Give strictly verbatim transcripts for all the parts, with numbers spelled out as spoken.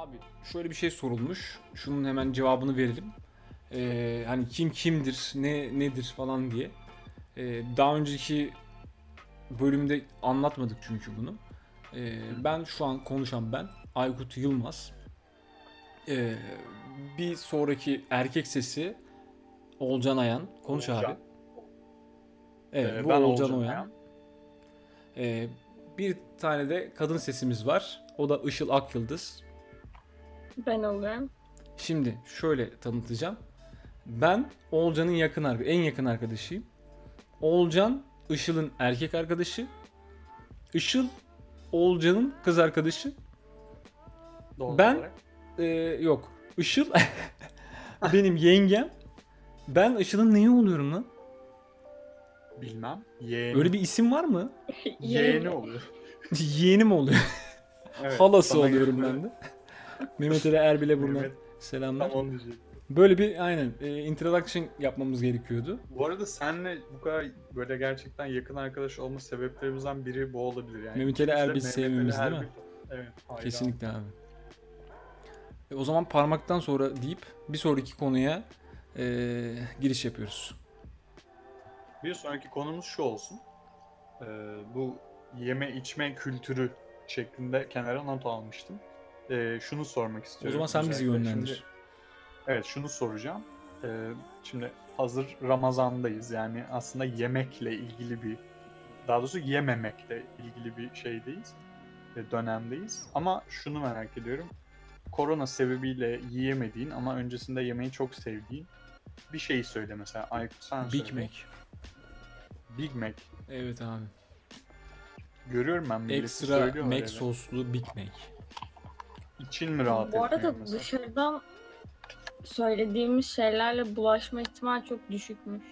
Abi şöyle bir şey sorulmuş. Şunun hemen cevabını verelim. Ee, hani kim kimdir, ne nedir falan diye. Ee, daha önceki bölümde anlatmadık çünkü bunu. Ee, ben şu an konuşan ben Aykut Yılmaz. Ee, bir sonraki erkek sesi Olcan Ayan. Konuş abi. Olcan. Evet, Ee, bu ben Olcan Olcan Oyan. Ayan. Ee, bir tane de kadın sesimiz var. O da Işıl Akyıldız. Ben oluyorum. Şimdi şöyle tanıtacağım. Ben Olcan'ın yakın arka- en yakın arkadaşıyım. Olcan Işıl'ın erkek arkadaşı. Işıl Olcan'ın kız arkadaşı. Doğal Ben olarak. e, yok. Işıl benim yengem. Ben Işıl'ın neyi oluyorum lan? Bilmem. Yeğeni. Öyle bir isim var mı? Yeğeni oluyor. Yeğenim oluyor. Evet, Halası sana oluyorum göre- ben de. Mehmet Ali Erbil'e buradan Mehmet, selamlar. tam onu diyecektim. Böyle bir aynen e, introduction yapmamız gerekiyordu. Bu arada senle bu kadar böyle gerçekten yakın arkadaş olma sebeplerimizden biri bu olabilir yani. Mehmet Ali İkimiz de Erbil Mehmet sevmemiz Ali değil mi? Erbil- Evet. hayran. Kesinlikle abi. E, o zaman parmaktan sonra deyip bir sonraki konuya e, giriş yapıyoruz. Bir sonraki konumuz şu olsun. Ee, bu yeme içme kültürü şeklinde kenara not almıştım. Ee, şunu sormak O istiyorum. zaman sen bizi özellikle. yönlendir. Şimdi, evet şunu soracağım. Ee, şimdi hazır Ramazan'dayız. Yani aslında yemekle ilgili bir, daha doğrusu yememekle ilgili bir şeydeyiz. Ve dönemdeyiz. Ama şunu merak ediyorum. Korona sebebiyle yiyemediğin ama öncesinde yemeği çok sevdiğin bir şeyi söyle mesela. Aykut sen Big söyle. Mac. Big Mac. Evet abi. Görüyorum ben milleti Ekstra söylüyorlar Mac eve. soslu Big Mac. İçin mi rahat Bu etmiyor arada mesela? dışarıdan söylediğimiz şeylerle bulaşma ihtimali çok düşükmüş.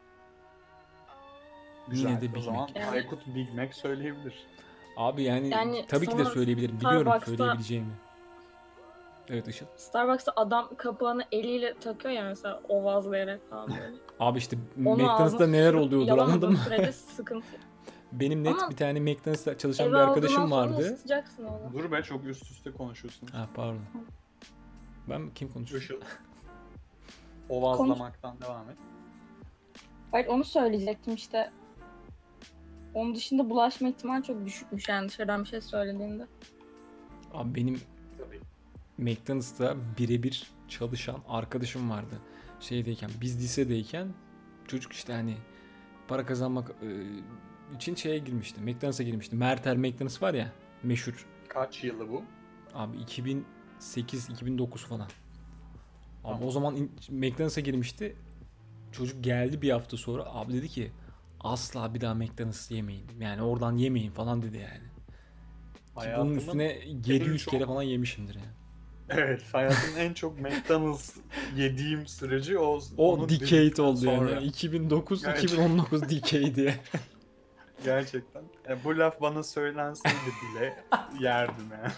Güzel. Yine de O Big zaman Mac. Yani- Aykut Big Mac söyleyebilir. Abi yani, Yani tabii ki de sana söyleyebilirim. Biliyorum Starbucks'ta- söyleyebileceğimi. Evet Işıl. Starbucks'ta adam kapağını eliyle takıyor ya mesela ovazlayarak falan böyle. Abi işte Onu McDonald's'ta ağzına neler sürüp oluyordur anladın yalamadığın mı? sürece sıkıntı. Benim net Ama bir tane McDonald's'ta çalışan Eve bir aldığından arkadaşım sonra vardı. ısıtacaksın onu. Dur be, çok üst üste konuşuyorsunuz. Ha pardon. Ben kim konuşuyor? Işıl. Ovazlamaktan devam et. Hayır onu söyleyecektim işte. Onun dışında bulaşma ihtimali çok düşükmüş yani dışarıdan bir şey söylediğinde. Abi benim Tabii. McDonald's'ta birebir çalışan arkadaşım vardı. Şeydeyken, biz lisedeyken çocuk işte hani para kazanmak e, için şeye girmişti. McDonald's'a girmişti. Merter McDonald's var ya, meşhur. Kaç yılı bu? Abi iki bin sekiz iki bin dokuz falan. Abi Tamam. o zaman in- McDonald's'a girmişti. Çocuk geldi bir hafta sonra. Abi dedi ki asla bir daha McDonald's yemeyin. Yani oradan yemeyin falan dedi yani. Ki bunun Hayatımın üstüne yedi yüz çok- kere falan yemişimdir yani. Evet, hayatımın en çok McDonald's yediğim süreci o. O onu decade dedikten oldu sonra. yani. iki bin dokuz Gerçekten. iki bin on dokuz decade diye. Gerçekten. Yani bu laf bana söylenseydi bile yerdim yani.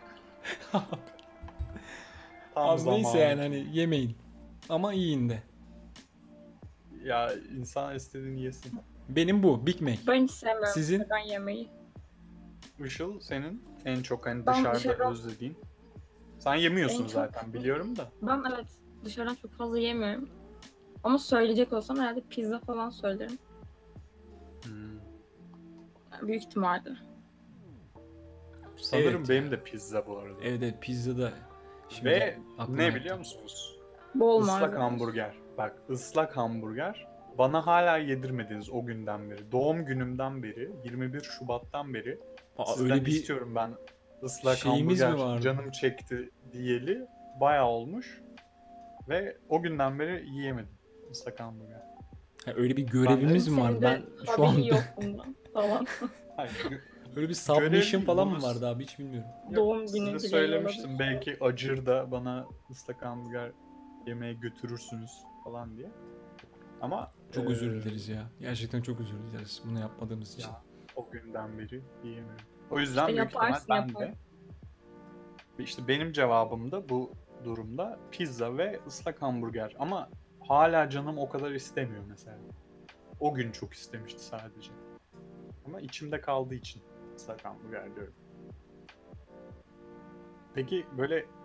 Tam Abi neyse zamanı. yani hani yemeyin. Ama yiyin de. Ya insan istediğini yesin. Benim bu Big Mac. Ben hiç sevmiyorum Sizin? dışarıdan yemeği. Işıl, senin en çok hani Ben dışarıda dışarıdan- özlediğin. Sen yemiyorsun En çok- zaten biliyorum da. Ben evet dışarıdan çok fazla yemiyorum. Ama söyleyecek olsam herhalde pizza falan söylerim. Hmm. Yani büyük ihtimalle. Sanırım Evet. benim de pizza bu arada. Evet evet pizzada. Şimdi Ve aklıma ne yattı. biliyor musunuz? Bol Islak malzeme. hamburger. Bak, ıslak hamburger. Bana hala yedirmediniz o günden beri. Doğum günümden beri, yirmi bir Şubat'tan beri. Aa, Sizden öyle bir istiyorum ben ıslak şeyimiz hamburger. mi vardı? Canım çekti diyeli bayağı olmuş. Ve o günden beri yiyemedim ıslak hamburger. ha, öyle bir görevimiz mi Senin var? de Ben şu haberin an yok bundan falan. Hayır, öyle bir submission Görev falan mı bunu- vardı abi hiç bilmiyorum. Doğum günü size bile söylemiştim olabilir. belki Acır da bana ıslak hamburger yemeye götürürsünüz falan diye. Ama Çok eee, özür dileriz ya. Gerçekten çok özür dileriz bunu yapmadığımız için. Ya, o günden beri yiyemiyorum. O yüzden İşte büyük ihtimal yaparsın, ben yaparsın. de işte benim cevabım da bu durumda pizza ve ıslak hamburger. Ama hala canım o kadar istemiyor mesela. O gün çok istemişti sadece. Ama içimde kaldığı için ıslak hamburger diyorum. Peki böyle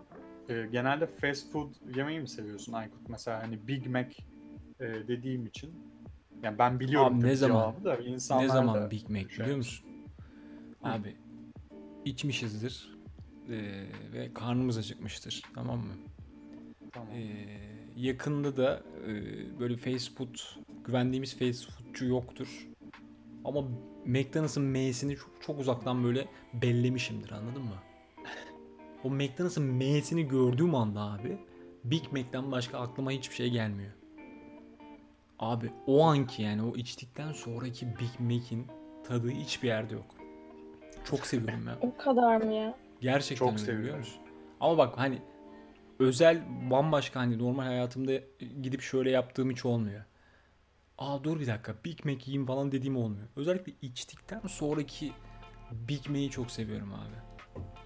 e, genelde fast food yemeği mi seviyorsun Aykut? Mesela hani Big Mac e, dediğim için. Yani ben biliyorum Abi ne tabii zaman? cevabı da Ne insanlar zaman da Big Mac şey biliyor yapsın. musun? Hı. Abi içmişizdir ee, ve karnımız acıkmıştır, tamam mı? Tamam. Ee, yakında da e, böyle fast food, güvendiğimiz fast foodçu yoktur. Ama McDonald's'ın M'sini çok, çok uzaktan böyle bellemişimdir, anladın mı? O McDonald's'ın M'sini gördüğüm anda abi Big Mac'ten başka aklıma hiçbir şey gelmiyor. Abi o anki, yani o içtikten sonraki Big Mac'in tadı hiçbir yerde yok. Çok seviyorum ya. O kadar mı ya? Gerçekten Çok öyle, biliyor seviyorum. musun? Ama bak hani özel, bambaşka, hani normal hayatımda gidip şöyle yaptığım hiç olmuyor. Aa dur bir dakika, Big Mac yiyeyim falan dediğim olmuyor. Özellikle içtikten sonraki Big Mac'i çok seviyorum abi.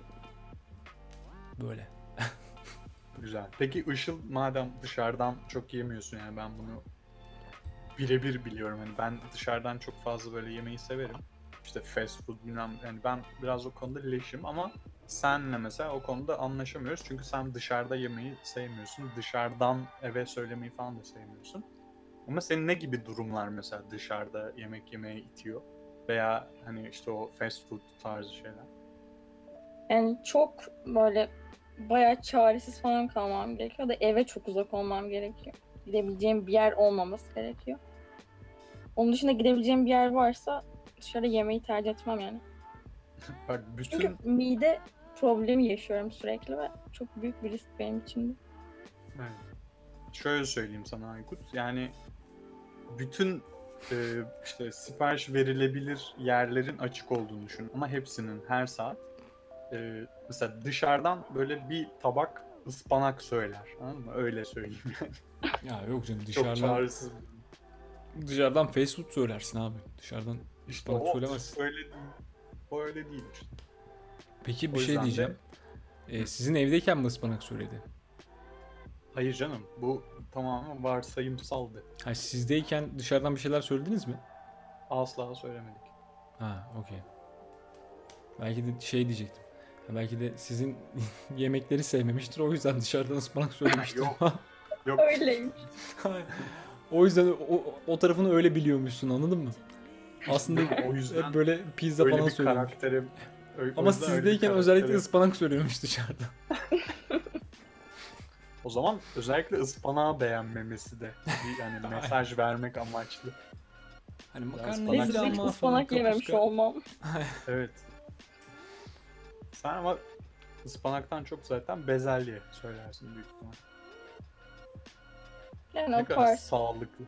Böyle. Güzel. Peki Işıl, madem dışarıdan çok yemiyorsun, yani ben bunu birebir biliyorum. Hani ben dışarıdan çok fazla böyle yemeği severim. İşte fast food bilmem, yani ben biraz o konuda leşim ama senle mesela o konuda anlaşamıyoruz. Çünkü sen dışarıda yemeği sevmiyorsun. Dışarıdan eve söylemeyi falan da sevmiyorsun. Ama senin ne gibi durumlar mesela dışarıda yemek yemeye itiyor? Veya hani işte o fast food tarzı şeyler. Yani çok böyle bayağı çaresiz falan kalmam gerekiyor da eve çok uzak olmam gerekiyor. Gidebileceğim bir yer olmaması gerekiyor. Onun dışında gidebileceğim bir yer varsa dışarı yemeği tercih etmem yani. Bak Çünkü bütün mide problemi yaşıyorum sürekli ve çok büyük bir risk benim için de. evet. Şöyle söyleyeyim sana Aykut. Yani bütün e, işte sipariş verilebilir yerlerin açık olduğunu düşün. Ama hepsinin her saat. E, mesela dışarıdan böyle bir tabak ıspanak söyler. Anladın mı? Öyle söyleyeyim yani. Ya yok canım, Çok dışarıdan çaresiz bir durum. dışarıdan fast food söylersin abi. Dışarıdan İşte ıspanak o söylemezsin. öyle değil. O öyle değil işte. Peki bir O şey yüzden diyeceğim. de Ee, Hı. sizin evdeyken mi ıspanak söyledi? hayır canım, bu tamamen varsayımsaldı. Ha, sizdeyken dışarıdan bir şeyler söylediniz mi? Asla söylemedik. Ha, okey. Belki de şey diyecektim. Ha, belki de sizin yemekleri sevmemiştir. O yüzden dışarıdan ıspanak söylemiştir. Yok. Yok. Öyleymiş. O yüzden o, o tarafını öyle biliyormuşsun, anladın mı? Aslında Yok, o yüzden hep böyle pizza öyle falan bir söylüyormuş. karakterim. Ö- o Ama yüzden öyle bir sizdeyken özellikle karakterim. ıspanak söylüyormuş dışarıdan. O zaman özellikle ıspanağı beğenmemesi de bir yani mesaj vermek amaçlı. Hani Ya makarna ıspanak- iyi Neyse hiç ama falan, ıspanak yememiş kapuska. olmam. Evet. Sen ama ıspanaktan çok zaten bezelye söylersin büyük ihtimal. Yani Ne o kadar tarz. sağlıklı.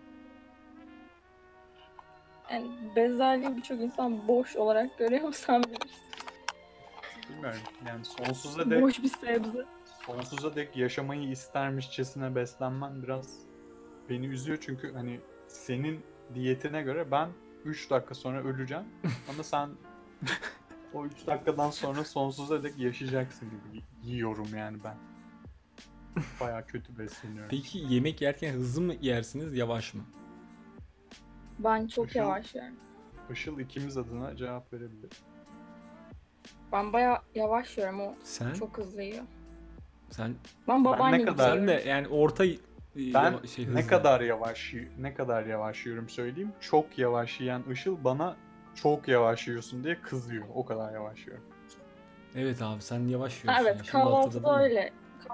Yani bezelye birçok insan boş olarak görüyor, sen bilirsin. Bilmiyorum. Yani sonsuza dek Boş bir sebze. sonsuza dek yaşamayı istermişçesine beslenmen biraz beni üzüyor, çünkü hani senin diyetine göre ben üç dakika sonra öleceğim ama sen o üç dakikadan sonra sonsuza dek yaşayacaksın gibi yiyorum yani ben. Bayağı kötü besleniyorum. Peki yemek yerken hızlı mı yersiniz, yavaş mı? Ben çok Işıl- yavaş yani. Işıl ikimiz adına cevap verebilir. Ben bayağı yavaş yiyorum, o Sen? çok hızlı yiyor. Sen Ben babaannem kadar- sen de yani orta e, Ben yava- şey, ne hızlı. kadar yavaş ne kadar yavaş yiyorum söyleyeyim. Çok yavaş yiyen Işıl bana çok yavaş yiyorsun diye kızıyor. O kadar yavaş yiyorum. Evet abi, sen yavaş yiyorsun. Evet, ya. Şimdi kahvaltıda hatırladım. öyle.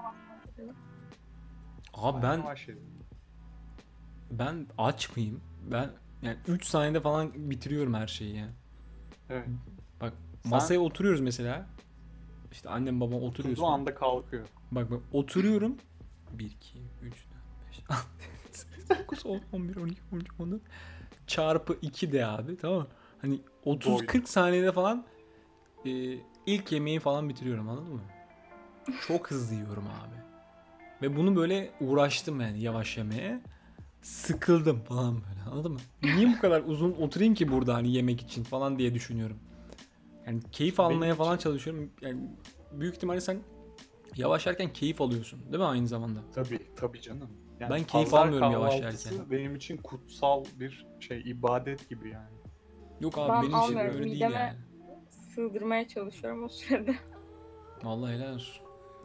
Abi Ben ben yavaş yedim. ben aç mıyım? Ben yani üç saniyede falan bitiriyorum her şeyi ya. Evet. Bak Sen masaya oturuyoruz mesela. İşte annem babam oturuyoruz. tuttuğu anda kalkıyor. Bak bak oturuyorum. bir, iki, üç, dört, beş, altı, yedi, sekiz, dokuz, on, on bir, on iki, on üç, on dört çarpı iki de abi, tamam mı? Hani otuz kırk saniyede falan e, ilk yemeği falan bitiriyorum, anladın mı? Çok hızlı yiyorum abi. Ve bunu böyle uğraştım yani yavaş yemeye. Sıkıldım falan böyle, anladın mı? Niye bu kadar uzun oturayım ki burada hani yemek için falan diye düşünüyorum. Yani keyif Benim almaya falan için- çalışıyorum. Yani büyük ihtimalle sen yavaş yerken keyif alıyorsun değil mi aynı zamanda? Tabii tabii canım. Yani Ben keyif pazar almıyorum yavaş kahvaltısı yerken. benim için kutsal bir şey, ibadet gibi yani. Yok abi, Ben benim için almıyorum, öyle değil mideme- yani. Sığdırmaya çalışıyorum o sürede. Vallahi helal olsun.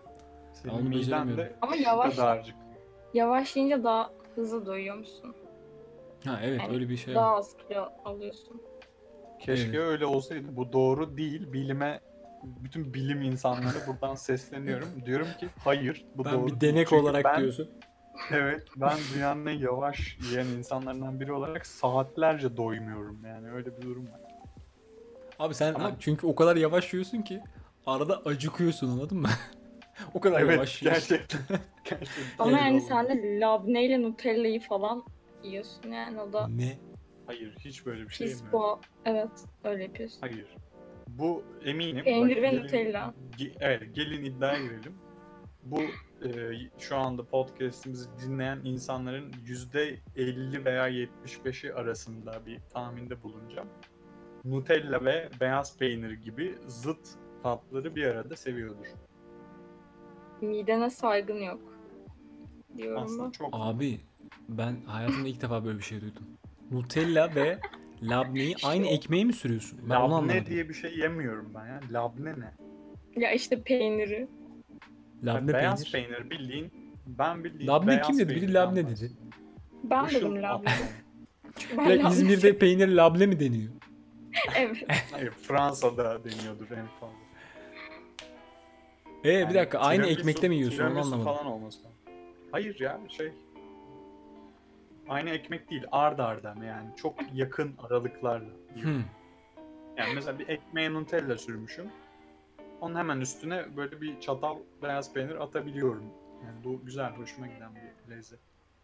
Senin Onu miden beceremiyorum. de Ama şu yavaş- kadarcık. Yavaş yiyince daha hızlı doyuyor musun? Ha evet Yani öyle bir şey Daha var. az kilo alıyorsun. Keşke Evet. öyle olsaydı. Bu doğru değil. Bilime, bütün bilim insanları buradan sesleniyorum. Diyorum ki hayır, bu Ben doğru bir değil. denek Çünkü olarak ben, diyorsun. evet, ben dünyanın en yavaş yiyen insanlarından biri olarak saatlerce doymuyorum. Yani öyle bir durum var. Abi sen Ama- çünkü o kadar yavaş yiyorsun ki arada acıkıyorsun, anladın mı? O kadar Evet, yavaş yiyorsun. gerçekten. Gerçekten. Ama yani öyle sen oldu. de labneyle Nutella'yı falan yiyorsun yani o da Ne? Hayır, hiç böyle bir şey pis yemiyorum. bu. Evet öyle yapıyorsun. Hayır. Bu eminim. Peynir bak, ve gelin- Nutella. ge- evet, gelin iddiaya girelim. Bu e, şu anda podcast'imizi dinleyen insanların yüzde elli veya yetmiş beşi arasında bir tahminde bulunacağım. Nutella ve beyaz peynir gibi zıt tatları bir arada seviyordur. Midene saygın yok. Diyorum Aslında ben. çok Abi ben hayatımda ilk defa böyle bir şey duydum. Nutella ve labneyi aynı ekmeğe mi sürüyorsun? Ben onu labne anlamadım. diye bir şey yemiyorum ben ya. Labne ne? Ya işte peyniri. Labne beyaz peynir. peynir bildiğin, ben bildiğin Labne beyaz kim dedi? Biri peynirden labne dedi. bahsediyorum. Ben Işıl dedim labne. attı. Çünkü ben Direkt labne İzmir'de seviyorum. peynir labne mi deniyor? Evet. Hayır, Fransa'da deniyordur en fazla. Ee Yani bir dakika aynı tiramisu- ekmekte mi yiyorsun, onu tiramisu anlamadım. falan olması lazım. Hayır ya şey. Aynı ekmek değil, ard arda yani çok yakın aralıklarla. yiyorum. Hmm. Yani mesela bir ekmeğe Nutella sürmüşüm. Onun hemen üstüne böyle bir çatal beyaz peynir atabiliyorum. Yani bu güzel, hoşuma giden bir lezzet.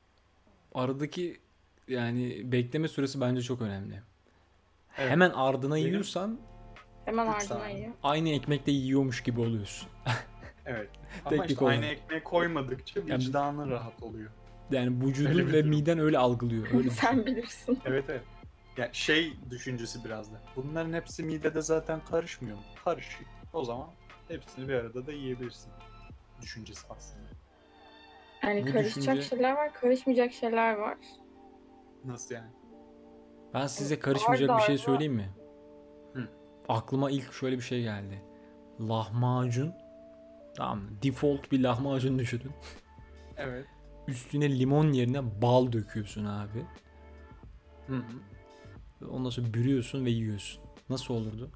Aradaki yani bekleme süresi bence çok önemli. Evet. Hemen ardına Benim- yiyorsan Hemen Üç ardına saniye. yiyor. aynı ekmekte yiyormuş gibi oluyorsun. Evet. Ama Teknik işte olarak. aynı ekmeğe koymadıkça Yani- vicdanı rahat oluyor. Yani Öyle vücudun bir ve durum. miden öyle algılıyor. Öyle düşün. Sen bilirsin. Evet evet. Yani şey düşüncesi biraz da. Bunların hepsi midede zaten karışmıyor mu? Karışıyor. O zaman hepsini bir arada da yiyebilirsin. Düşüncesi aslında. Yani Bu karışacak düşünce- şeyler var, karışmayacak şeyler var. Nasıl yani? Ben size karışmayacak bir şey arda- söyleyeyim mi? Hı. Aklıma ilk şöyle bir şey geldi. Lahmacun. Tamam mı? Default bir lahmacun düşünün. Evet. Üstüne limon yerine bal döküyorsun abi. Hı hı. Ondan sonra bürüyorsun ve yiyorsun. Nasıl olurdu?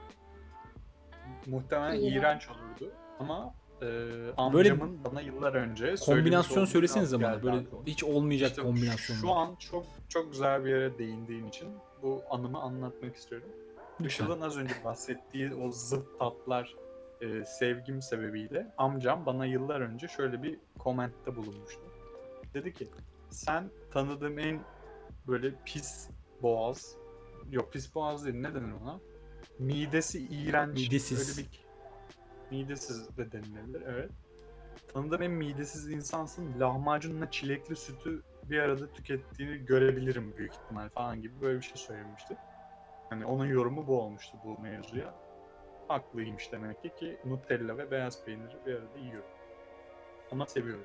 Muhtemelen İğrenç. iğrenç olurdu ama e, amcamın bana yıllar önce söylemiş Kombinasyon olduğu söylesenize laf bana. geldi Böyle aklıma. hiç olmayacak İşte kombinasyon. Şu an çok çok güzel bir yere değindiğin için bu anımı anlatmak istiyorum. Lütfen. Işıl'ın az önce bahsettiği o zıt tatlar e, sevgim sebebiyle amcam bana yıllar önce şöyle bir komentte bulunmuştu. Dedi ki sen tanıdığım en böyle pis boğaz, yok pis boğaz değil, ne denir ona? Midesi iğrenç. Midesiz. Öyle bir midesiz de denilebilir, evet. Tanıdığım en midesiz insansın. Lahmacunla çilekli sütü bir arada tükettiğini görebilirim büyük ihtimal falan gibi böyle bir şey söylemişti. Hani onun yorumu bu olmuştu bu mevzuya. Haklıymış demek ki ki Nutella ve beyaz peyniri bir arada yiyorum. Ama seviyorum.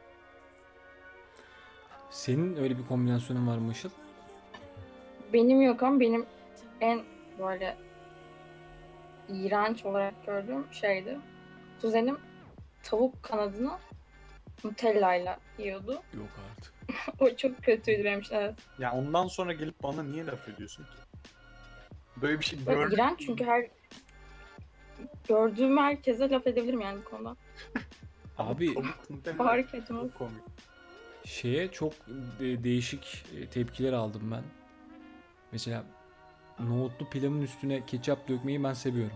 Senin öyle bir kombinasyonun var mı Işıl? Benim yok ama benim en böyle iğrenç olarak gördüğüm şeydi. Kuzenim tavuk kanadını Nutella'yla yiyordu. Yok artık. O çok kötüydü benim için. Evet. Yani ondan sonra gelip bana niye laf ediyorsun ki? Böyle bir şey Böyle gör. iğrenç çünkü her gördüğüm herkese laf edebilirim yani bu konuda. Abi Tavuk Nutella Fark etmez. çok komik. şeye çok de- değişik e, tepkiler aldım ben. Mesela nohutlu pilavın üstüne ketçap dökmeyi ben seviyorum.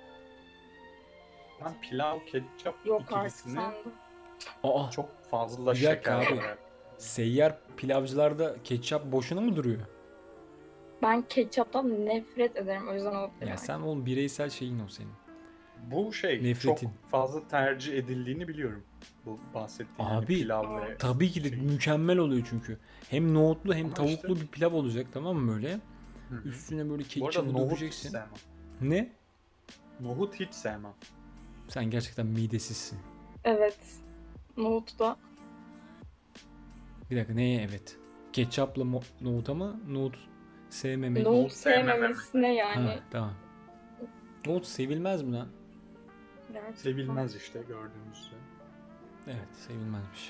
Ben pilav, ketçap Yok artık ikilisini sandım. Aa, çok fazla Bir dakika şeker abi. olarak. seyyar pilavcılarda ketçap boşuna mı duruyor? Ben ketçaptan nefret ederim o yüzden o Ya sen oğlum bireysel şeyin o senin. Bu şey Nefretin. çok fazla tercih edildiğini biliyorum. Bu bahsettiğim hani Abi, pilav ve Tabii ki de şey. mükemmel oluyor çünkü. Hem nohutlu hem Ama tavuklu işte- bir pilav olacak, tamam mı böyle? Hı hı. Üstüne böyle Bu arada ketçapı nohut hiç dökeceksin. sevmem. Ne? Nohut hiç sevmem. Sen gerçekten midesizsin. Evet. Nohut da Bir dakika, neye evet? Ketçapla mo- nohuta mı? Nohut sevmemek. nohut nohut sevmemem. sevmemesine yani. Ha, tamam. Nohut sevilmez mi lan? Gerçekten. Sevilmez işte gördüğünüz üzere. Evet, sevilmezmiş.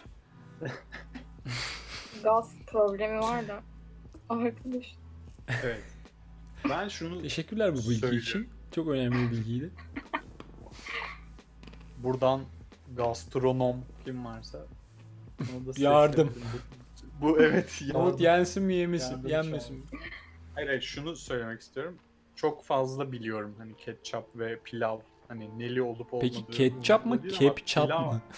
Gaz problemi var da. Arkadaş. Evet. Ben şunu Teşekkürler bu bilgi Söyle. için. Çok önemli bir bilgiydi. buradan gastronom kim varsa ona da Yardım. seslenelim. Bu, bu evet Nohut yardım. yensin mi yemesin, Yardım yenmesin mi? Hayır hayır şunu söylemek istiyorum. Çok fazla biliyorum hani ketçap ve pilav hani neli olup olmadığı. Peki ketçap mı, umurumda değil ama kepçap pilav- mı?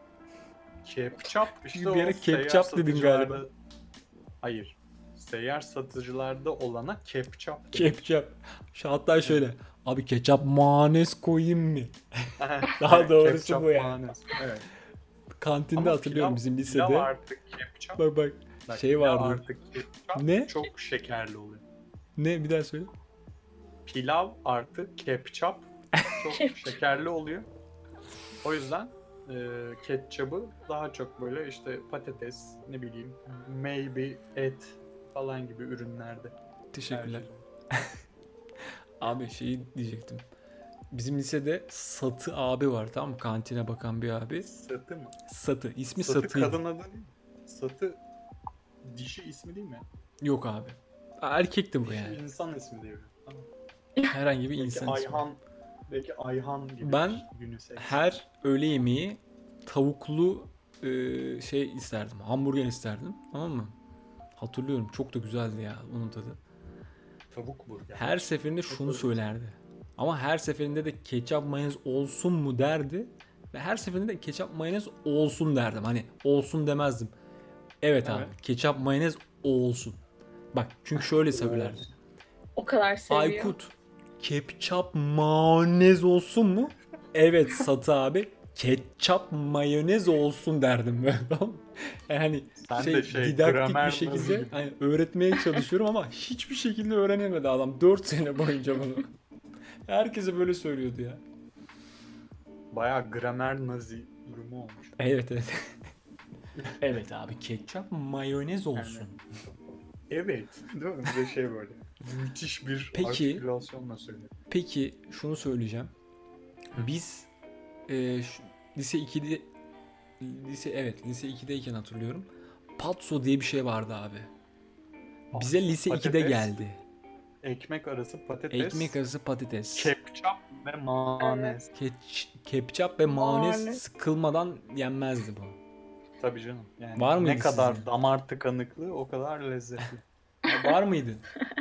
Ketçap işte Bir yere o seyyar ketçap dedin satıcılarda- galiba. Hayır. Seyyar satıcılarda olana kepçap. denir. Kepçap. Şu hatta şöyle. Abi ketçap mayonez koyayım mı? Evet, Daha doğrusu ketçap, bu yani. mayonez. Evet. Kantinde Ama hatırlıyorum pilav- bizim Pilav lisede. artık kepçap. Bak bak. Bak, şey pilav vardı. Artık ketçap Ne? çok şekerli oluyor. Ne, bir daha söyle. Pilav artık ketçap çok şekerli oluyor. O yüzden e, ketçabı daha çok böyle işte patates, ne bileyim, maybe et falan gibi ürünlerde. Teşekkürler. tercih ediyorum. Abi şeyi diyecektim. Bizim lisede Satı abi var, tamam mı? Kantine bakan bir abi. Satı mı? Satı. İsmi Satı Satı'ydı. kadın adı değil mi? Satı dişi ismi değil mi? Yok abi. Erkekti bu Dişi yani. insan ismi diyor. Tamam. Herhangi bir Belki insan ismi. Ayhan, belki Ayhan gibi. Ben Yunus Emre. Her öğle yemeği tavuklu e, şey isterdim. Hamburger isterdim. Tamam mı? Hatırlıyorum. Çok da güzeldi ya onun tadı. Tavuk burger. Her seferinde şunu Hatırlıyorum. söylerdi. Ama her seferinde de ketçap mayonez olsun mu derdi. Ve her seferinde de ketçap mayonez olsun derdim. Hani olsun demezdim. Evet abi. Evet. Ketçap mayonez olsun. Bak çünkü şöyle söylerdi. O kadar seviyor. Aykut, ketçap mayonez olsun mu? Evet Satı abi. Ketçap mayonez olsun derdim böyle. Tamam mı? Yani hani Sen şey, de şey, didaktik gramer bir şekilde nazı gibi. hani öğretmeye çalışıyorum ama hiçbir şekilde öğrenemedi adam. dört sene boyunca bunu. Herkese böyle söylüyordu ya. Bayağı gramer nazi durumu olmuş. Evet evet. Evet abi ketçap mayonez olsun. Evet. Değil mi? Bir de şey böyle. Müthiş bir Peki. artikülasyonla söylüyor. Peki şunu söyleyeceğim. Biz e, şu- lise ikide lise evet lise ikideyken hatırlıyorum. Patso diye bir şey vardı abi. Bize lise ikide Patates, geldi. Ekmek arası patates, Ekmek arası patates. ketçap ve mayonez. Keç, kepçap ve mayonez Mayonez. sıkılmadan yenmezdi bu. Tabii canım. Yani Var mıydı ne kadar sizde? damar tıkanıklığı o kadar lezzetli. Var mıydı?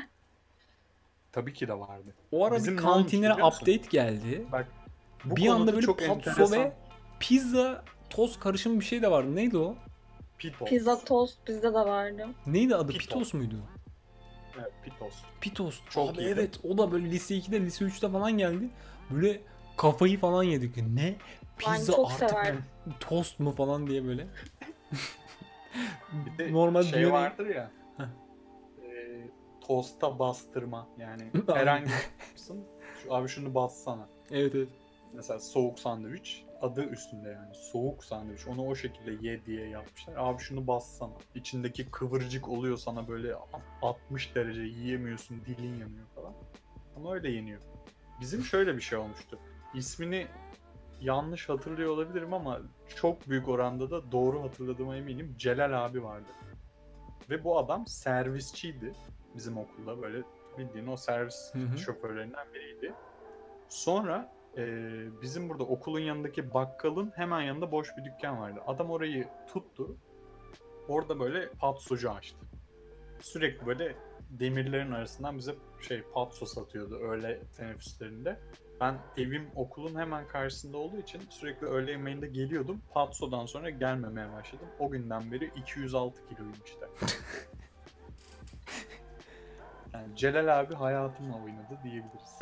Tabii ki de vardı. O ara Bizim bir ne olmuştu kantinlere biliyor musun? update geldi. Bak bu Bir anda konuda böyle çok patso enteresan. ve pizza toz karışım bir şey de vardı. Neydi o? Pitos. Pizza tost bizde de vardı. Neydi adı? Pitos. Pitos muydu? Evet, pitos. Pitos. Çok Abi iyiydi. evet o da böyle lise ikide lise üçte falan geldi. Böyle kafayı falan yedik. Ne? Pizza çok artık severdim. tost mu falan diye böyle. Bir de Normal şey dünyada- vardır ya. Heh. e, tosta bastırma yani Aynen. herhangi bir yapsın. Şu, abi şunu bassana. Evet evet. Mesela soğuk sandviç adı üstünde yani soğuk sandviç onu o şekilde ye diye yapmışlar. Abi şunu bassana. İçindeki kıvırcık oluyor sana böyle altmış derece yiyemiyorsun dilin yanıyor falan. Ama öyle yeniyor. Bizim şöyle bir şey olmuştu. İsmini yanlış hatırlıyor olabilirim ama çok büyük oranda da doğru hatırladığıma eminim. Celal abi vardı. Ve bu adam servisçiydi bizim okulda böyle bildiğin o servis Hı hı. şoförlerinden biriydi. Sonra e, bizim burada okulun yanındaki bakkalın hemen yanında boş bir dükkan vardı. Adam orayı tuttu. Orada böyle patsocu açtı. Sürekli böyle demirlerin arasından bize şey patso satıyordu öğle teneffüslerinde. Ben evim okulun hemen karşısında olduğu için sürekli öğle yemeğinde geliyordum. Patso'dan sonra gelmemeye başladım. O günden beri iki yüz altı kiloyum işte. Yani Celal abi hayatımla oynadı diyebiliriz.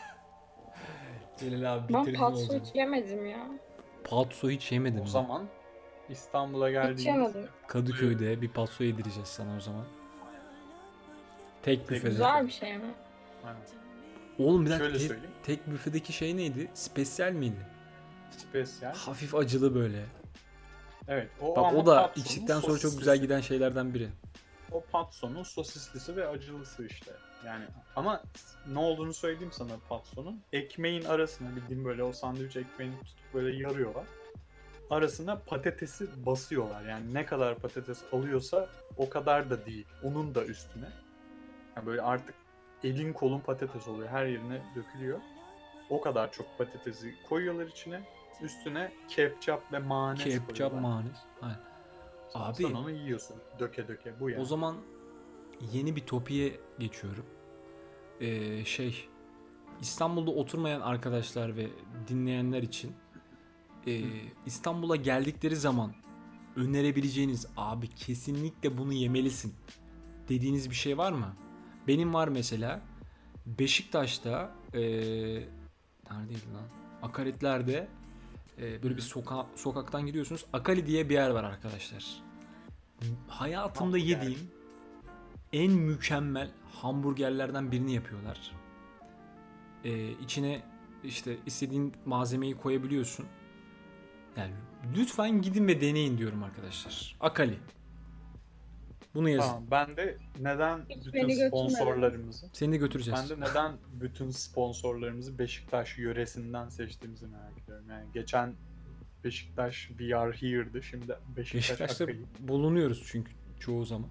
Celal abi Ben bitirdin patso o zaman. hiç yemedim ya. Patso hiç yemedin O mi? zaman İstanbul'a Hiç geldiğimizde yemedim. Kadıköy'de bir patso yedireceğiz sana o zaman. Tek büfede. Güzel bir şey mi? Aynen. Oğlum bir dakika Şöyle tek, söyleyeyim. tek büfedeki şey neydi? Spesyal miydi? Spesyal. Hafif acılı böyle. Evet. O, Bak ama o da Patson'un içtikten sonra çok sosislisi. güzel giden şeylerden biri. O Patson'un sosislisi ve acılısı işte. Yani ama ne olduğunu söyleyeyim sana Patson'un. Ekmeğin arasına bildiğim böyle o sandviç ekmeğini tutup böyle yarıyorlar. arasına patatesi basıyorlar. Yani ne kadar patates alıyorsa o kadar da değil. Onun da üstüne. Yani böyle artık elin kolun patates oluyor. Her yerine dökülüyor. O kadar çok patatesi koyuyorlar içine. Üstüne ketçap ve mayonez Ketçap, koyuyorlar. mayonez. Aynen. Sonra Abi, sen onu yiyorsun. Döke döke. Bu yani. o zaman yeni bir topiğe geçiyorum. Ee, şey, İstanbul'da oturmayan arkadaşlar ve dinleyenler için e, İstanbul'a geldikleri zaman önerebileceğiniz, abi kesinlikle bunu yemelisin dediğiniz bir şey var mı? Benim var mesela. Beşiktaş'ta e, neredeydi lan? Akaretler'de e, böyle bir soka sokaktan gidiyorsunuz. Akali diye bir yer var arkadaşlar. Hayatımda Hamburger. yediğim en mükemmel hamburgerlerden birini yapıyorlar. Ee, içine işte istediğin malzemeyi koyabiliyorsun. Yani lütfen gidin ve deneyin diyorum arkadaşlar. Akali. Bunu yazın. Tamam, ben de neden Hiç bütün beni götürmedin. sponsorlarımızı Seni de götüreceğiz. ben de neden bütün sponsorlarımızı Beşiktaş yöresinden seçtiğimizi merak ediyorum. Yani geçen Beşiktaş We Are Here'dı. Şimdi Beşiktaş Beşiktaş'ta Akali. bulunuyoruz çünkü çoğu zaman.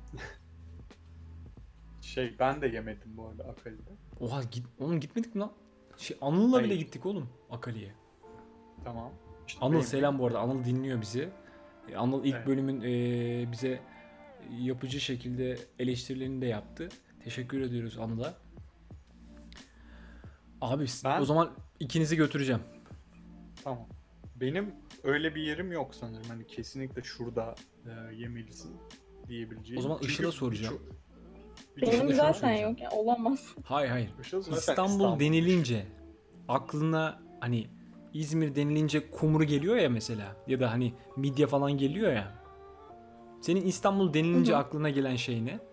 Şey ben de yemedim bu arada Akali'de. Oha git, oğlum gitmedik mi lan? Şey, Anıl'la bile Hayır. gittik oğlum Akali'ye. Tamam. İşte Anıl benim- selam bu arada. Anıl dinliyor bizi. E, Anıl ilk Evet. bölümün e, bize yapıcı şekilde eleştirilerini de yaptı. Teşekkür ediyoruz Anıl'a. Abi Ben- o zaman ikinizi götüreceğim. Tamam. Benim öyle bir yerim yok sanırım. Hani kesinlikle şurada e, yemelisin diyebileceğim. O zaman Çünkü Işıl'a soracağım. birçok- Benim şunu zaten söyleyeceğim. yok ya, olamaz. Hayır hayır. Işıl zaten İstanbul, İstanbul denilince aklına hani İzmir denilince kumru geliyor ya mesela. Ya da hani midye falan geliyor ya. Senin İstanbul denilince Hı hı. aklına gelen şey ne?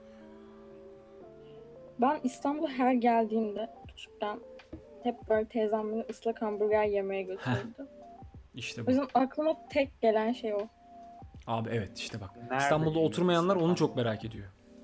Ben İstanbul'a her geldiğimde küçükken hep böyle teyzem beni ıslak hamburger yemeye götürdü. İşte O bu. yüzden aklıma tek gelen şey o. Abi evet işte bak. Nerede İstanbul'da yedin oturmayanlar onu İstanbul'da? çok merak ediyor.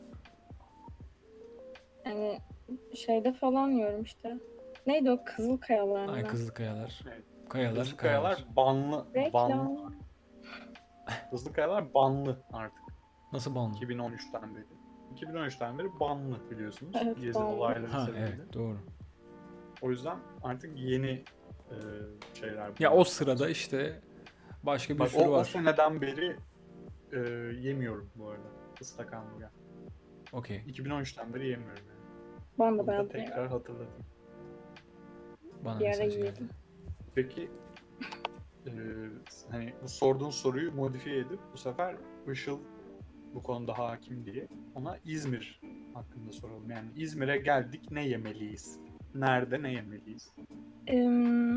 Yani şeyde falan yiyorum işte. Neydi o, Kızılkayalar mı? Ay Kızılkayalar. Evet. Kayalar, Hızlı Kayalar kayalar. banlı. banlı. Reklam. Hızlı Kayalar banlı artık. Nasıl banlı? iki bin on üçten beri. iki bin on üçten beri banlı biliyorsunuz. Evet, Gezi banlı. olayları Ha sebebiyle. evet doğru. O yüzden artık yeni e, şeyler. Ya bunlar. o sırada işte başka bir Bak, sürü o, o var. seneden beri e, yemiyorum bu arada. Islak hamburger. Okey. iki bin on üçten beri yemiyorum yani. Ben de Bunu da bayağı tekrar beğendim. hatırlatayım. Bana Bir ara mesaj geldi. yedim. Peki e, hani bu sorduğun soruyu modifiye edip bu sefer Işıl bu konuda hakim diye ona İzmir hakkında soralım. Yani İzmir'e geldik, ne yemeliyiz? Nerede ne yemeliyiz? Ee,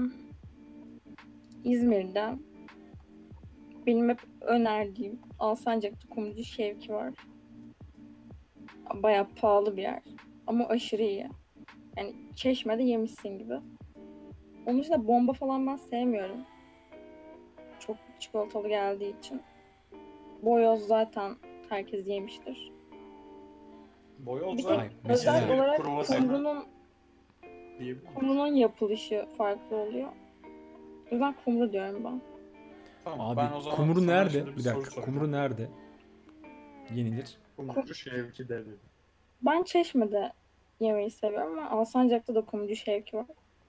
İzmir'de benim hep önerdiğim Alsancak'ta Kumrucu Şevki var. Bayağı pahalı bir yer. Ama aşırı iyi. Yani Çeşme'de yemişsin gibi. Onun dışında bomba falan ben sevmiyorum. Çok çikolatalı geldiği için. Boyoz zaten herkes yemiştir. Boyoz Bir da tek Hayır, özel mesela- olarak Kruvasan kumrunun, diyebilir miyiz? kumrunun yapılışı farklı oluyor. O yüzden kumru diyorum ben. Tamam, Abi ben o zaman kumru sana nerede? şimdi Bir soru dakika. soracağım. Kumru nerede? Yenilir. Kumrucu Şevki de dedi. Ben Çeşme'de yemeği seviyorum ama Alsancak'ta da Kumrucu Şevki var.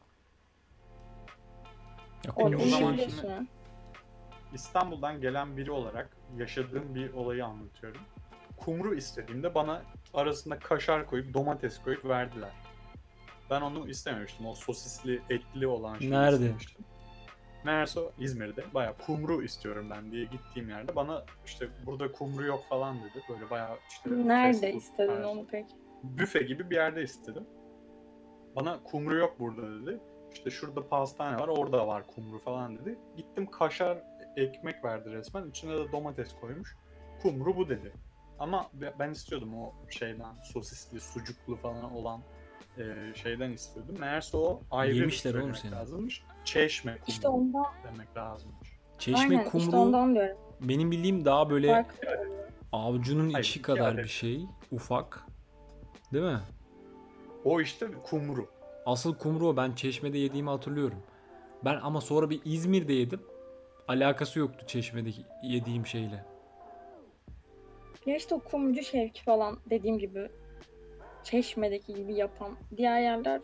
Ya Orada kumru o zaman şey. yiyebiliyorsun yani. İstanbul'dan gelen biri olarak yaşadığım bir olayı anlatıyorum. Kumru istediğimde bana arasında kaşar koyup domates koyup verdiler. Ben onu istememiştim. O sosisli, etli olan şeyi Nerede? istemiştim. Meğerse o İzmir'de bayağı kumru istiyorum ben diye gittiğim yerde bana işte burada kumru yok falan dedi. Böyle bayağı işte fast Nerede food istedin tarzı. onu peki? Büfe gibi bir yerde istedim. Bana kumru yok burada dedi. İşte şurada pastane var, orada var kumru falan dedi. Gittim, kaşar ekmek verdi resmen. İçine de domates koymuş. Kumru bu dedi. Ama ben istiyordum o şeyden, sosisli, sucuklu falan olan e, şeyden istiyordum. Meğerse o ayrı Yemişler oğlum söylemek seni. lazımmış. Çeşme kumru İşte ondan, demek lazımmış. Çeşme aynen kumru işte ondan diyorum. benim bildiğim daha böyle Farklı. avucunun Hayır, içi iki kadar adet. bir şey. Ufak. Değil mi? O işte kumru. Asıl kumru o. Ben Çeşme'de yediğimi hatırlıyorum. Ben ama sonra bir İzmir'de yedim. alakası yoktu Çeşme'deki yediğim şeyle. Ya işte o kumcu şevki falan dediğim gibi Çeşme'deki gibi yapan diğer yerler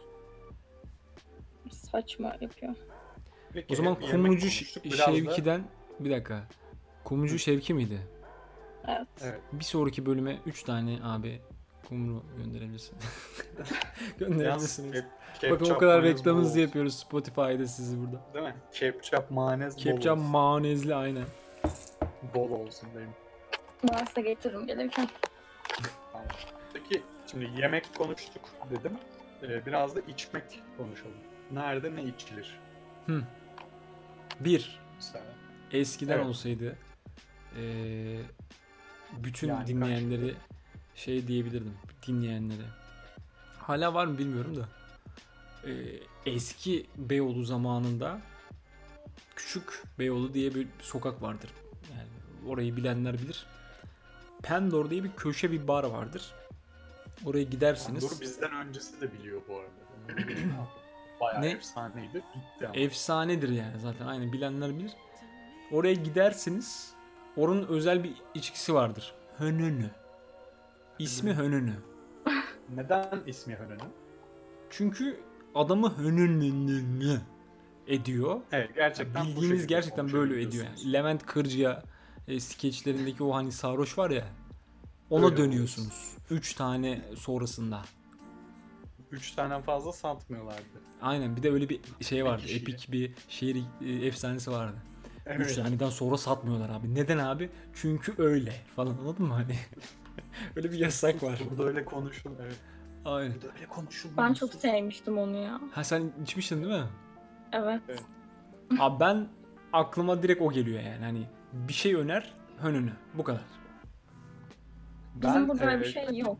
saçma yapıyor. Peki, O zaman hep yemek Kumrucu konuştuk. Ş- Biraz da- Şevki'den bir dakika. Kumrucu Hı. Şevki miydi? Evet. Evet. Bir sonraki bölüme üç tane abi kumru gönderebilirsin. Yalnız Gönderebilirsiniz. kep- Bakın o ketçap, kadar mayonez bol reklamınızı olsun. yapıyoruz Spotify'da sizi burada. Değil mi? Ketçap, mayonez bol Kepçem olsun. mayonezli aynen. Bol olsun benim. Varsa getiririm gelirken. Tamam. Peki şimdi yemek konuştuk dedim. Ee, biraz da içmek konuşalım. Nerede ne içilir? Hı. Bir, Mesela. eskiden Evet. olsaydı eee, bütün Yani dinleyenleri şey diyebilirdim. Dinleyenlere. Hala var mı bilmiyorum da. Eee, eski Beyoğlu zamanında Küçük Beyoğlu diye bir sokak vardır. Yani orayı bilenler bilir. Pendor diye bir köşe bir bar vardır. Oraya gidersiniz. Dur bizden öncesi de biliyor bu arada. Onu biliyorum. Bayağı Ne? efsaneydi. Bitti ama. Efsanedir yani zaten. Aynen bilenler bilir. Oraya gidersiniz. Oranın özel bir içkisi vardır. Hönönü. İsmi Hönönü. Neden ismi Hönönü? Çünkü adamı hönönü ediyor. Evet gerçekten bu Bildiğiniz şekilde gerçekten böyle ediyor yani. konuşabiliyorsunuz. Levent Kırca'ya e, skeçlerindeki o hani sarhoş var ya. Ona Öyle dönüyorsunuz. Üç tane sonrasında. Üç tane fazla satmıyorlardı. Aynen bir de öyle bir şey vardı. kişiye. Epik bir şehir e, efsanesi vardı. Evet. Üç taneden sonra satmıyorlar abi. Neden abi? Çünkü öyle falan anladın mı hani? Öyle bir yasak var. Burada öyle konuşul. Evet. Aynen. Burada öyle konuşulmuyor. Ben çok sevmiştim onu ya. Ha sen içmiştin değil mi? Evet. Evet. Abi ben aklıma direkt o geliyor yani. Hani bir şey öner, hönünü. Bu kadar. Bizim burada öyle e, bir şey yok.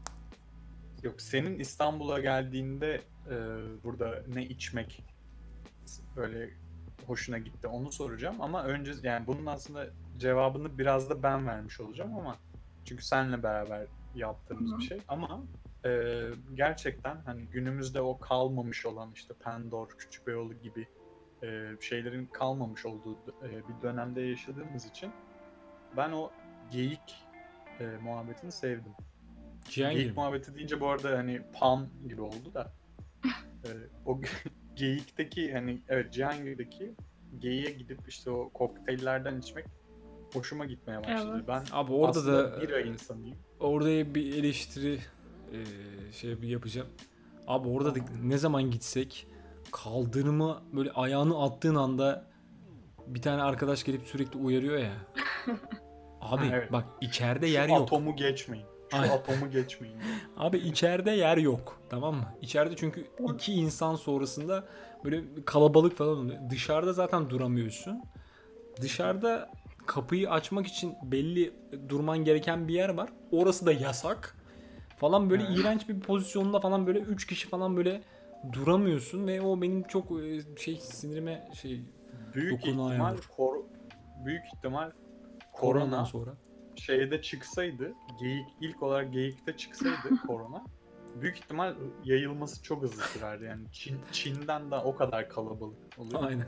Yok senin İstanbul'a geldiğinde e, burada ne içmek böyle hoşuna gitti onu soracağım ama önce yani bunun aslında cevabını biraz da ben vermiş olacağım ama çünkü seninle beraber yaptığımız Hı. bir şey ama e, gerçekten hani günümüzde o kalmamış olan işte Pendor, Küçükbeyoğlu gibi e, şeylerin kalmamış olduğu e, bir dönemde yaşadığımız için ben o geyik e, muhabbetini sevdim. Cihangir Geyik mi? muhabbeti deyince bu arada hani Pan gibi oldu da e, o geyikteki hani evet Cihangir'deki geyiğe gidip işte o kokteyllerden içmek hoşuma gitmeye başladı. Evet. Ben Abi orada aslında da bira insanıyım. orada bir eleştiri e, şey bir yapacağım. Abi orada da ne zaman gitsek kaldırıma böyle ayağını attığın anda bir tane arkadaş gelip sürekli uyarıyor ya. Abi Ha, evet. bak içeride Şu yer yok. atomu geçmeyin. Şu Aynen. atomu geçmeyin. Abi içeride yer yok. Tamam mı? İçeride çünkü iki insan sonrasında böyle kalabalık falan oluyor. Dışarıda zaten duramıyorsun. Dışarıda kapıyı açmak için belli durman gereken bir yer var. Orası da yasak. Falan böyle Evet. iğrenç bir pozisyonda falan böyle üç kişi falan böyle duramıyorsun ve o benim çok e, şey sinirime şey Büyük dokunan ihtimal yağmur. kor büyük ihtimal Koronadan korona sonra. şeyde çıksaydı, geyik ilk olarak geyikte çıksaydı korona büyük ihtimal yayılması çok hızlı sürerdi. Yani Çin, Çin'den de o kadar kalabalık oluyor. Aynen.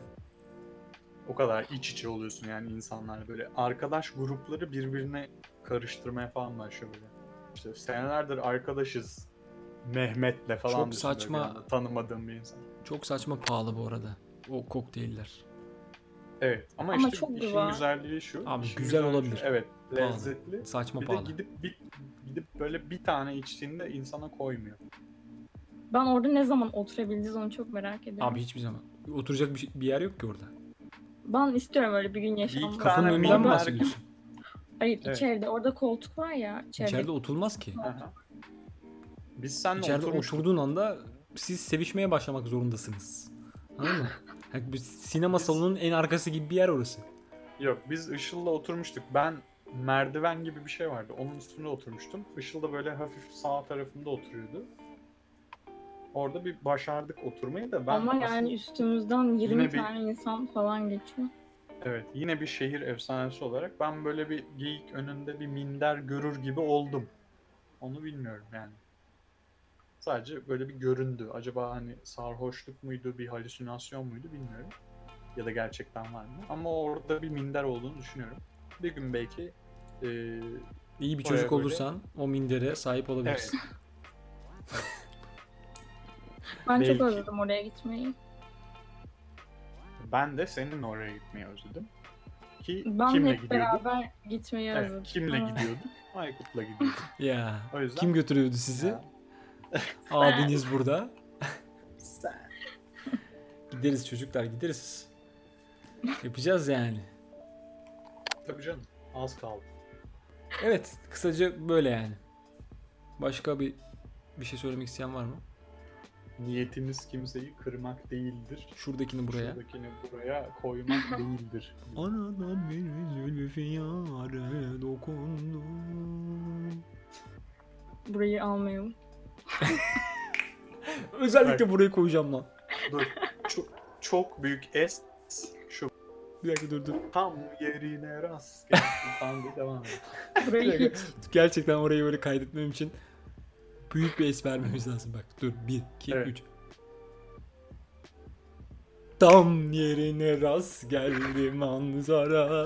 O kadar iç içe oluyorsun yani insanlar böyle. Arkadaş grupları birbirine karıştırmaya falan başlıyor böyle. İşte senelerdir arkadaşız Mehmet'le falan Çok düşün böyle saçma. bir anda tanımadığım bir insan. Çok saçma pahalı bu arada. O kokteyller. Evet ama, Ama işte çok işin güzel. güzelliği şu. Abi işin güzel güzelliği olabilir. Şu, evet Pahalı. lezzetli. Saçma Bir pahalı. de gidip bir, gidip böyle bir tane içtiğinde insana koymuyor. Ben orada ne zaman oturabileceğiz onu çok merak ediyorum. Abi hiçbir zaman. Oturacak bir, şey- bir yer yok ki orada. Ben istiyorum öyle bir gün yaşamak. iki Kapının tane önünden mi mimar- bahsediyorsun? Hayır Evet. içeride orada koltuk var ya. içeride. İçeride oturulmaz ki. Aha. Biz seninle İçeride oturmuştuk. oturduğun anda siz sevişmeye başlamak zorundasınız. Anladın mı? Yani bir sinema Biz- salonunun en arkası gibi bir yer orası. Yok biz Işıl'la oturmuştuk. Ben merdiven gibi bir şey vardı. Onun üstünde oturmuştum. Işıl da böyle hafif sağ tarafında oturuyordu. Orada bir başardık oturmayı da ben Ama aslında- yani üstümüzden yirmi Yine bir- tane insan falan geçiyor. evet yine bir şehir efsanesi olarak ben böyle bir geyik önünde bir minder görür gibi oldum. Onu bilmiyorum yani. Sadece böyle bir göründü. Acaba hani sarhoşluk muydu, bir halüsinasyon muydu bilmiyorum. Ya da gerçekten var mı? Ama orada bir minder olduğunu düşünüyorum. Bir gün belki e, İyi bir Oraya çocuk böyle- olursan o mindere sahip olabilirsin. Ben Belki. çok özledim oraya gitmeyi. ben de seninle oraya gitmeyi özledim. Ki Ben kimle hep gidiyorduk? beraber gitmeyi Evet, özledim. kimle Evet. gidiyorduk? Aykut'la gidiyorduk. Ya. O yüzden- Kim götürüyordu sizi? Ya, Abiniz burada. sen- Gideriz çocuklar, gideriz. Yapacağız yani. Tabii canım. Az kaldı. Evet, kısaca böyle yani. Başka bir bir şey söylemek isteyen var mı? Niyetimiz kimseyi kırmak değildir. Şuradakini buraya. Şuradakini buraya koymak değildir. Anadan beri zülfü yâre dokundu. Burayı almayalım. Özellikle buraya koyacağım lan. Dur. Çok, çok büyük es şu Bir dakika dur dur. tam yerine rast geldi. Tam bir devam et. Burayı hiç. Gerçekten orayı böyle kaydetmem için büyük bir es vermemiz lazım. Bak dur. Bir, iki, Evet. üç. Tam yerine rast geldi manzara.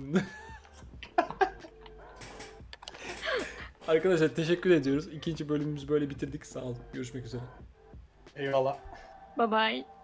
Arkadaşlar teşekkür ediyoruz. İkinci bölümümüzü böyle bitirdik. Sağ olun. Görüşmek üzere. Eyvallah. Bye bye.